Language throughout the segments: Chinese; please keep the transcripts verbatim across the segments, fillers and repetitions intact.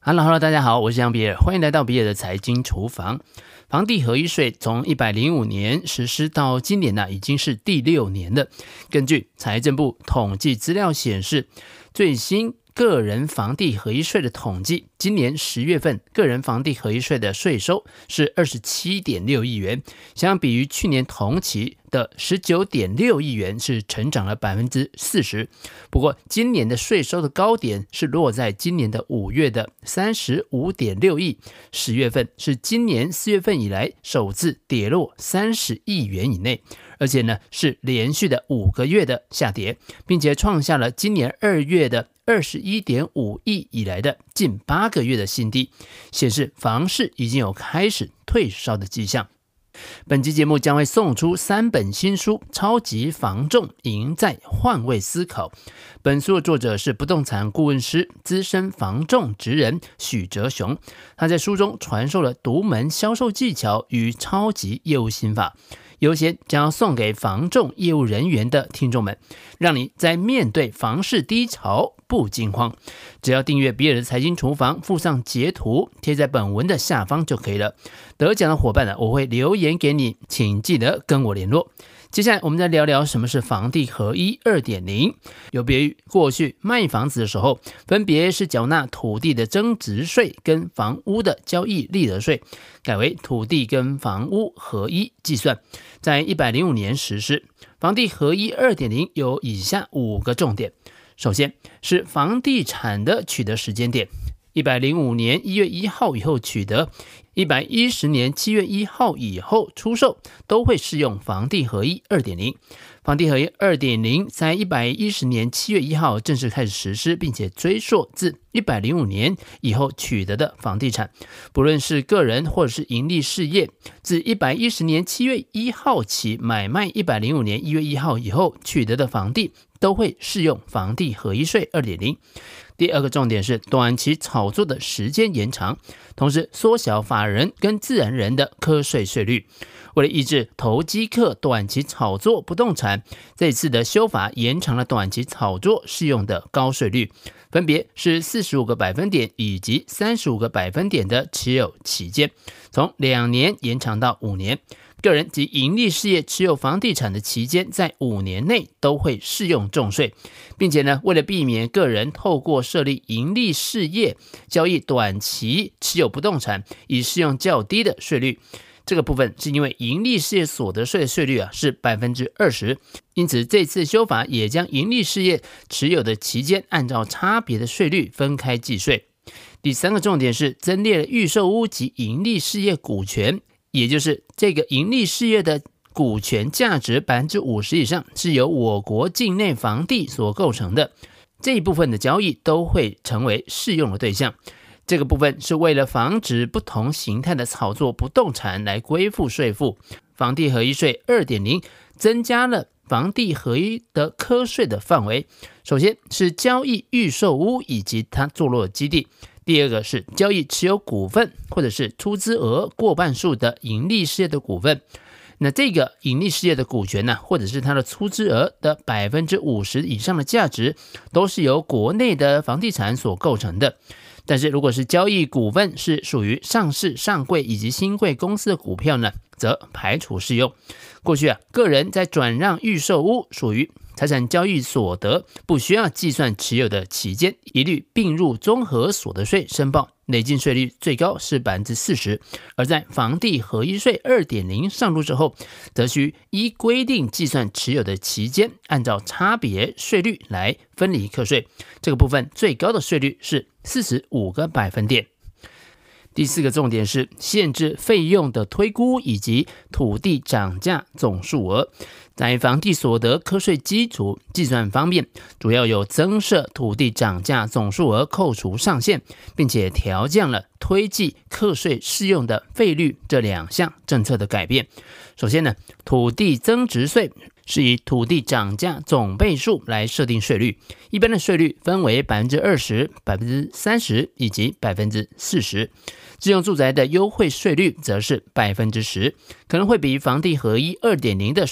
Hello Hello，大家好，我是杨比尔，欢迎来到比尔的财经厨房。房地合一税从一百零五年实施到今年呢、啊，已经是第六年了。根据财政部统计资料显示，最新个人房地合一税的统计，今年十月份个人房地合一税的税收是 二十七点六亿元，相比于去年同期的 十九点六亿元是成长了 百分之四十。 不过今年的税收的高点是落在今年的五月的 三十五点六亿，十月份是今年四月份以来首次跌落三十亿元以内，而且呢是连续的五个月的下跌，并且创下了今年二月的 二十一点五亿以来的近八个月的新低，显示房市已经有开始退烧的迹象。本期节目将会送出三本新书，超级房仲赢在换位思考。本书的作者是不动产顾问师、资深房仲职人许哲雄，他在书中传授了独门销售技巧与超级业务心法，优先将要送给房仲业务人员的听众们，让你在面对房市低潮不惊慌。只要订阅比尔的财经厨房，附上截图贴在本文的下方就可以了。得奖的伙伴呢，我会留言给你，请记得跟我联络。接下来我们再聊聊什么是房地合一 二点零。 有别于过去卖房子的时候，分别是缴纳土地的增值税跟房屋的交易利得税，改为土地跟房屋合一计算，在一百零五年实施。房地合一 二点零 有以下五个重点。首先是房地产的取得时间点，一百零五年一月一号以后取得，一百一十年七月一号以后出售，都会适用房地合一 二点零。 房地合一 二点零 在一百一十年七月一号正式开始实施，并且追溯自一百零五年以后取得的房地产，不论是个人或者是盈利事业，自一百一十年七月一号起买卖一百零五年一月一号以后取得的房地，都会适用房地合一税 二点零。 第二个重点是短期炒作的时间延长，同时缩小法人跟自然人的课税税率。为了抑制投机客短期炒作不动产，这次的修法延长了短期炒作适用的高税率，分别是四十五个百分点以及三十五个百分点的持有期间，从两年延长到五年。个人及盈利事业持有房地产的期间，在五年内都会适用重税，并且呢，为了避免个人透过设立盈利事业交易短期持有不动产，以适用较低的税率。这个部分是因为盈利事业所得税的税率啊是 百分之二十， 因此这次修法也将盈利事业持有的期间按照差别的税率分开计税。第三个重点是增列了预售屋及盈利事业股权，也就是这个盈利事业的股权价值 百分之五十 以上是由我国境内房地所构成的，这一部分的交易都会成为适用的对象。这个部分是为了防止不同形态的炒作不动产来归附税负。房地合一税 二点零 增加了房地合一的课税的范围，首先是交易预售屋以及它坐落的基地，第二个是交易持有股份或者是出资额过半数的盈利事业的股份。那这个盈利事业的股权呢，或者是它的出资额的 百分之五十 以上的价值，都是由国内的房地产所构成的。但是如果是交易股份是属于上市、上柜以及新贵公司的股票呢，则排除适用。过去啊，个人在转让预售屋属于财产交易所得，不需要计算持有的期间，一律并入综合所得税申报，累进税率最高是 百分之四十。 而在房地合一税 二点零 上路之后，则需依规定计算持有的期间，按照差别税率来分离课税，这个部分最高的税率是四十五个百分点。第四个重点是限制费用的推估以及土地涨价总数额。在房地所得课税基础计算方面，主要有增设土地涨价总数额扣除上限，并且调降了推计课税适用的费率这两项政策的改变。首先呢，土地增值税是以土地涨价总倍数来设定税率，一般的税率分为 百分之二十、百分之三十 以及 百分之四十。自用住宅的优惠税率则是 百分之十， 可能会比房地合一 二点零 的税率还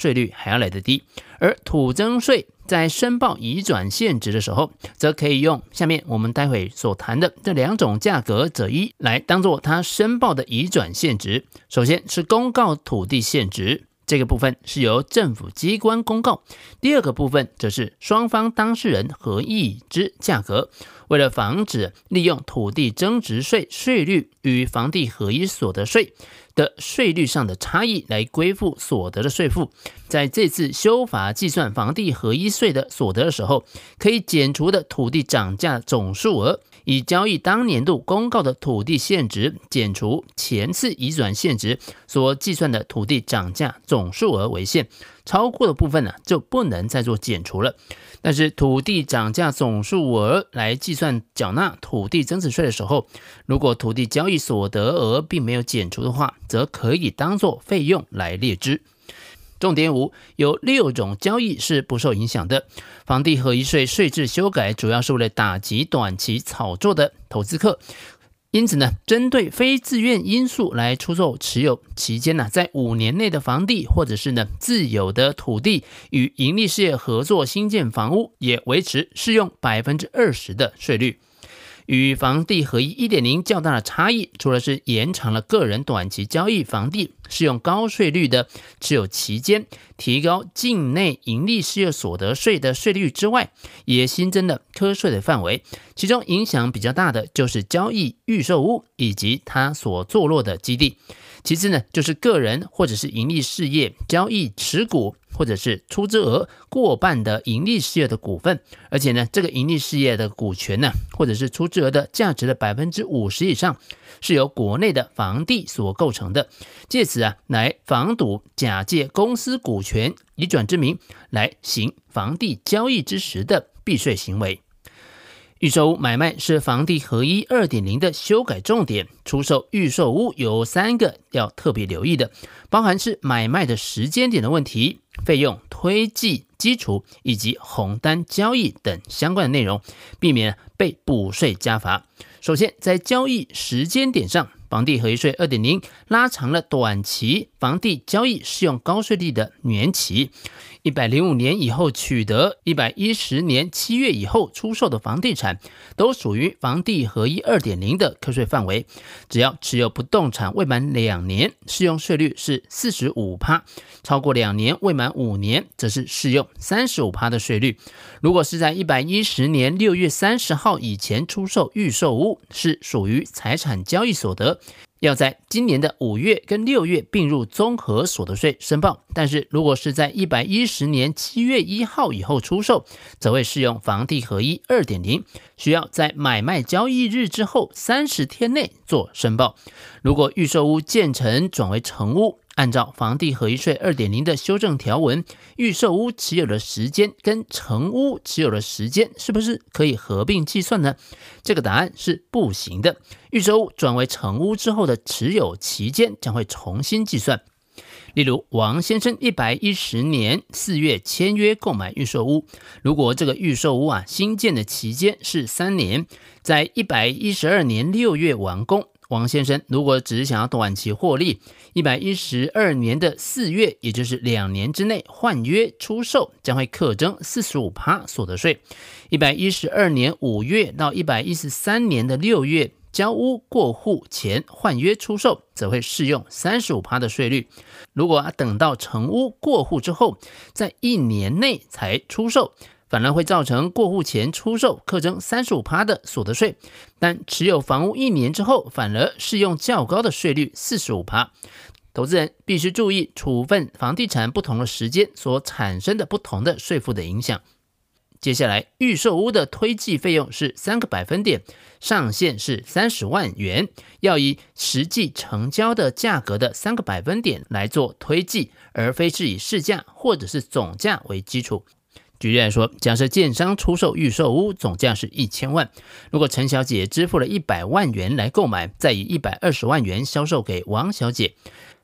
要来得低。而土增税在申报移转现值的时候，则可以用下面我们待会所谈的这两种价格择一来当做它申报的移转现值。首先是公告土地现值，这个部分是由政府机关公告。第二个部分则是双方当事人合议之价格。为了防止利用土地增值税税率与房地合一所得税的税率上的差异来归附所得的税负，在这次修法计算房地合一税的所得的时候，可以减除的土地涨价总数额，以交易当年度公告的土地现值减除前次移转现值所计算的土地涨价总数额为限，超过的部分呢就不能再做减除了。但是土地涨价总数额来计算缴纳土地增值税的时候，如果土地交易所得额并没有减除的话，则可以当作费用来列支。重点五，有六种交易是不受影响的。房地合一税税制修改主要是为了打击短期炒作的投资客，因此呢，针对非自愿因素来出售持有期间呢，在五年内的房地或者是呢自有的土地与营利事业合作新建房屋，也维持适用 百分之二十 的税率。与房地合一 一点零 较大的差异，除了是延长了个人短期交易房地适用高税率的持有期间，提高境内营利事业所得税的税率之外，也新增了课税的范围。其中影响比较大的就是交易预售屋以及它所坐落的基地。其次呢，就是个人或者是营利事业交易持股或者是出资额过半的营利事业的股份，而且呢，这个营利事业的股权呢，或者是出资额的价值的 百分之五十 以上，是由国内的房地所构成的，借此啊，来防堵假借公司股权移转之名来行房地交易之时的避税行为。预售屋买卖是房地合一 二点零 的修改重点，出售预售屋有三个要特别留意的，包含是买卖的时间点的问题、费用推计基础以及红单交易等相关的内容，避免被补税加罚。首先，在交易时间点上，房地合一税 二点零 拉长了短期房地交易适用高税率的年期，一百零五年以后取得一百一十年七月以后出售的房地产，都属于房地合一 二点零 的课税范围。只要持有不动产未满两年，适用税率是 百分之四十五， 超过两年未满五年，则是适用 百分之三十五 的税率。如果是在一百一十年六月三十号以前出售预售屋，是属于财产交易所得，要在今年的五月跟六月并入综合所得税申报。但是如果是在一百一十年七月一号以后出售，则会适用房地合一 二点零， 需要在买卖交易日之后三十天内做申报。如果预售屋建成转为成屋，按照房地合一税 二点零 的修正条文，预售屋持有的时间跟成屋持有的时间是不是可以合并计算呢？这个答案是不行的。预售屋转为成屋之后的持有期间将会重新计算。例如，王先生一百一十年四月签约购买预售屋，如果这个预售屋啊新建的期间是三年，在一百一十二年六月完工，王先生如果只是想要短期获利，一百一十二年的四月，也就是两年之内换约出售，将会课征 百分之四十五 所得税。一百一十二年五月到一百一十三年的六月交屋过户前换约出售，则会适用 百分之三十五 的税率。如果等到成屋过户之后，在一年内才出售，反而会造成过户前出售课征 百分之三十五 的所得税，但持有房屋一年之后，反而适用较高的税率 百分之四十五。投资人必须注意处分房地产不同的时间所产生的不同的税负的影响。接下来，预售屋的推计费用是三个百分点，上限是三十万元，要以实际成交的价格的三个百分点来做推计，而非是以市价或者是总价为基础。举例来说，假设建商出售预售屋总价是一千万，如果陈小姐支付了一百万元来购买，再以一百二十万元销售给王小姐，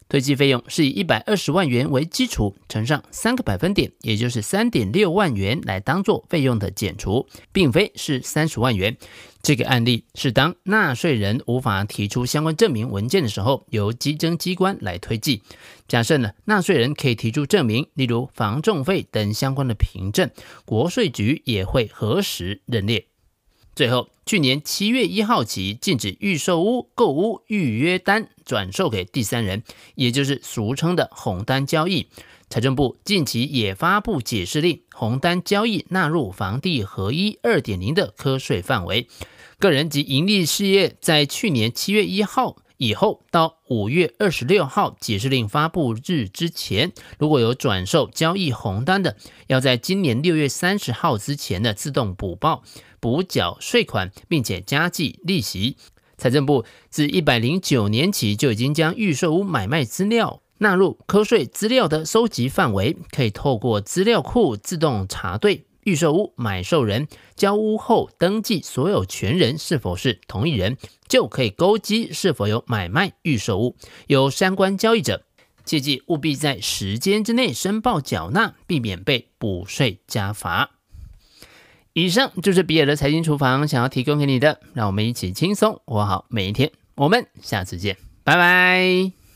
推计费用是以一百二十万元为基础，乘上三个百分点，也就是 三点六万元来当做费用的减除，并非是三十万元。这个案例是当纳税人无法提出相关证明文件的时候，由稽征机关来推计。假设呢，纳税人可以提出证明，例如房仲费等相关的凭证，国税局也会核实认列。最后，去年七月一号起，禁止预售屋购屋预约单转售给第三人，也就是俗称的红单交易。财政部近期也发布解释令，红单交易纳入房地合一 二点零 的课税范围。个人及营利事业在去年七月一号以后到五月二十六号解释令发布日之前，如果有转售交易红单的，要在今年六月三十号之前的自动补报补缴税款，并且加计利息。财政部自一百零九年起就已经将预售屋买卖资料纳入课税资料的收集范围，可以透过资料库自动查对预售屋买受人交屋后登记所有权人是否是同一人，就可以勾稽是否有买卖预售屋。有相关交易者，切记务必在时间之内申报缴纳，避免被补税加罚。以上就是比尔的财经厨房想要提供给你的，让我们一起轻松活好每一天。我们下次见，拜拜。